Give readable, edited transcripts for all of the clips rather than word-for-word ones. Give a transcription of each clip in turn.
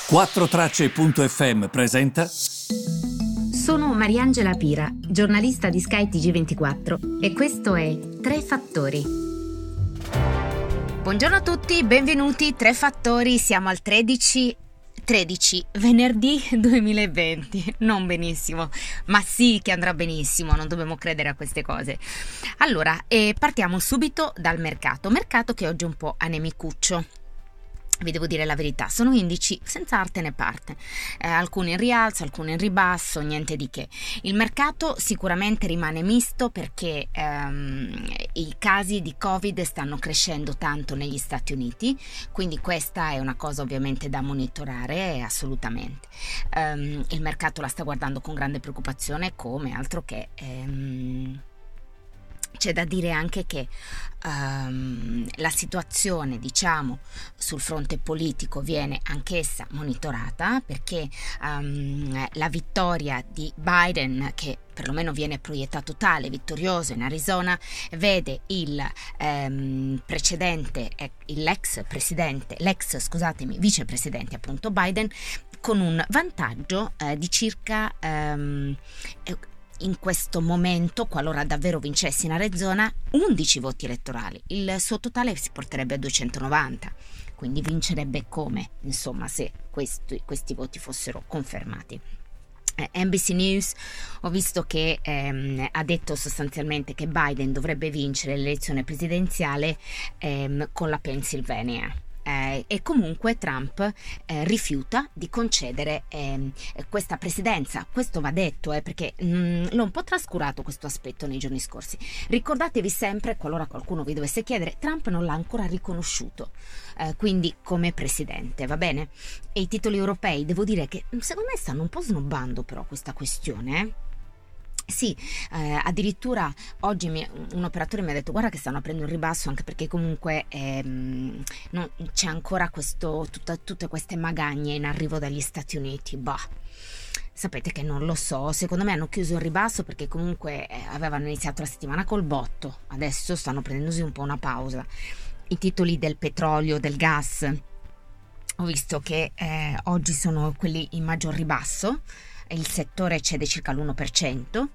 4Tracce.fm presenta. Sono Mariangela Pira, giornalista di Sky TG24 e questo è Tre Fattori. Buongiorno a tutti, benvenuti. Tre Fattori, siamo al 13 venerdì 2020. Non benissimo, ma sì che andrà benissimo, non dobbiamo credere a queste cose. Allora, partiamo subito dal mercato che oggi è un po' anemicuccio. Vi devo dire la verità, sono indici senza arte né parte, alcuni in rialzo, alcuni in ribasso, niente di che. Il mercato sicuramente rimane misto perché i casi di Covid stanno crescendo tanto negli Stati Uniti, quindi questa è una cosa ovviamente da monitorare assolutamente. Il mercato la sta guardando con grande preoccupazione, come altro che... C'è da dire anche che la situazione, diciamo, sul fronte politico viene anch'essa monitorata perché la vittoria di Biden, che perlomeno viene proiettato tale, vittorioso in Arizona, vede l'ex vicepresidente appunto Biden con un vantaggio di circa in questo momento, qualora davvero vincesse in Arizona, 11 voti elettorali. Il suo totale si porterebbe a 290, quindi vincerebbe come, insomma, se questi voti fossero confermati. NBC News ho visto che ha detto sostanzialmente che Biden dovrebbe vincere l'elezione presidenziale con la Pennsylvania. E comunque Trump rifiuta di concedere questa presidenza. Questo va detto perché l'ho un po' trascurato questo aspetto nei giorni scorsi. Ricordatevi sempre, qualora qualcuno vi dovesse chiedere, Trump non l'ha ancora riconosciuto quindi come presidente, va bene? E i titoli europei, devo dire che secondo me stanno un po' snobbando però questa questione. Sì, addirittura oggi un operatore mi ha detto guarda che stanno aprendo il ribasso, anche perché comunque c'è ancora tutte queste magagne in arrivo dagli Stati Uniti. Sapete che non lo so, secondo me hanno chiuso il ribasso perché comunque avevano iniziato la settimana col botto, adesso stanno prendendosi un po' una pausa. I titoli del petrolio, del gas, ho visto che oggi sono quelli in maggior ribasso. Il settore cede circa l'1%,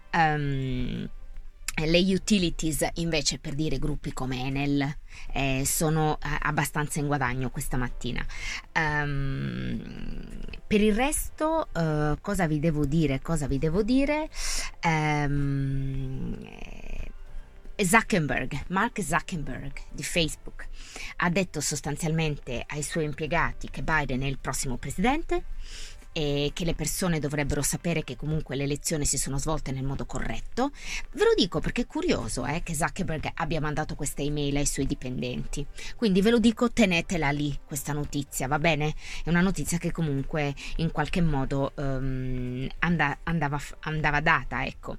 le utilities invece, per dire gruppi come Enel, sono abbastanza in guadagno questa mattina. Per il resto cosa vi devo dire? Mark Zuckerberg di Facebook ha detto sostanzialmente ai suoi impiegati che Biden è il prossimo presidente e che le persone dovrebbero sapere che comunque le elezioni si sono svolte nel modo corretto. Ve lo dico perché è curioso che Zuckerberg abbia mandato questa email ai suoi dipendenti, quindi ve lo dico, tenetela lì questa notizia, va bene? È una notizia che comunque in qualche modo andava data, ecco.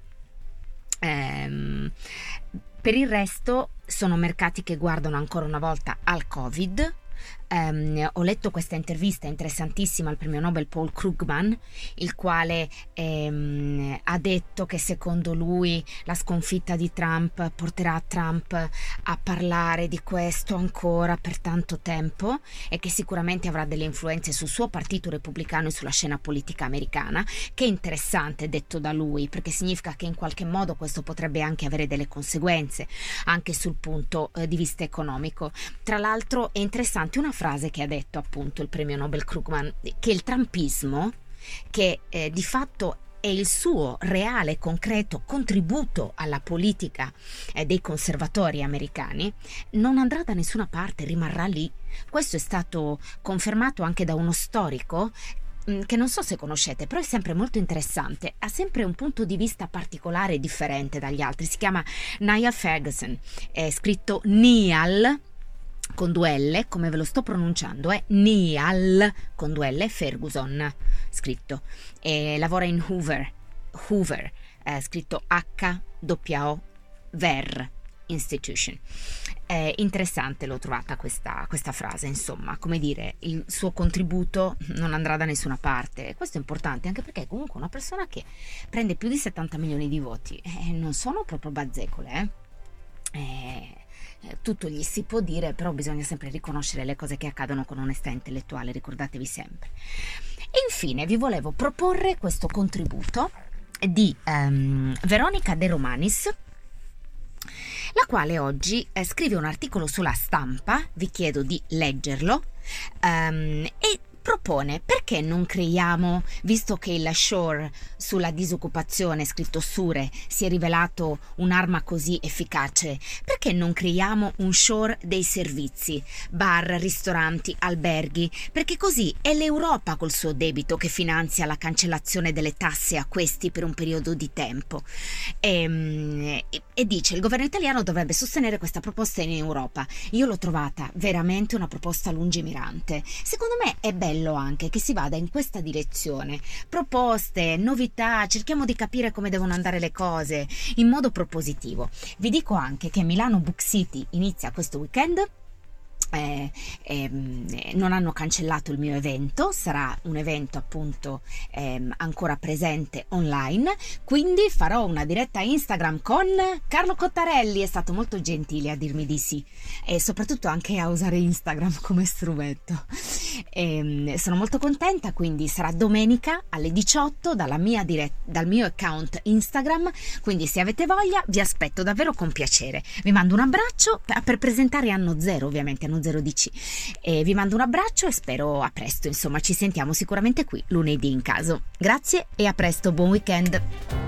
Per il resto sono mercati che guardano ancora una volta al Covid. Ho letto questa intervista interessantissima al premio Nobel Paul Krugman, il quale ha detto che secondo lui la sconfitta di Trump porterà Trump a parlare di questo ancora per tanto tempo e che sicuramente avrà delle influenze sul suo partito repubblicano e sulla scena politica americana, che è interessante detto da lui perché significa che in qualche modo questo potrebbe anche avere delle conseguenze anche sul punto di vista economico. Tra l'altro è interessante una frase che ha detto appunto il premio Nobel Krugman, che il trumpismo, che di fatto è il suo reale concreto contributo alla politica dei conservatori americani, non andrà da nessuna parte, rimarrà lì. Questo è stato confermato anche da uno storico che non so se conoscete, però è sempre molto interessante, ha sempre un punto di vista particolare e differente dagli altri. Si chiama Niall Ferguson, è scritto Niall con 2 L, come ve lo sto pronunciando, è Niall con 2 L, Ferguson scritto, e lavora in Hoover, scritto HWO Ver Institution. Interessante, l'ho trovata questa frase, insomma, come dire, il suo contributo non andrà da nessuna parte. Questo è importante anche perché comunque una persona che prende più di 70 milioni di voti non sono proprio bazzecole, tutto gli si può dire, però bisogna sempre riconoscere le cose che accadono con onestà intellettuale, ricordatevi sempre. E infine vi volevo proporre questo contributo di Veronica De Romanis, la quale oggi scrive un articolo sulla Stampa, vi chiedo di leggerlo, e propone: perché non creiamo, visto che il SURE sulla disoccupazione, scritto SURE, si è rivelato un'arma così efficace, perché non creiamo un SURE dei servizi, bar, ristoranti, alberghi, perché così è l'Europa col suo debito che finanzia la cancellazione delle tasse a questi per un periodo di tempo. E dice: il governo italiano dovrebbe sostenere questa proposta in Europa. Io l'ho trovata veramente una proposta lungimirante. Secondo me è bello anche che si vada in questa direzione. Proposte, novità, cerchiamo di capire come devono andare le cose in modo propositivo. Vi dico anche che Milano Book City inizia questo weekend. Non hanno cancellato il mio evento, sarà un evento appunto ancora presente online, quindi farò una diretta Instagram con Carlo Cottarelli. È stato molto gentile a dirmi di sì, e soprattutto anche a usare Instagram come strumento. Sono molto contenta, quindi sarà domenica alle 18 dal mio account Instagram, quindi se avete voglia vi aspetto davvero con piacere. Vi mando un abbraccio per presentare Anno Zero, ovviamente Anno Zero DC, e vi mando un abbraccio e spero a presto, insomma ci sentiamo sicuramente qui lunedì in caso. Grazie e a presto, buon weekend.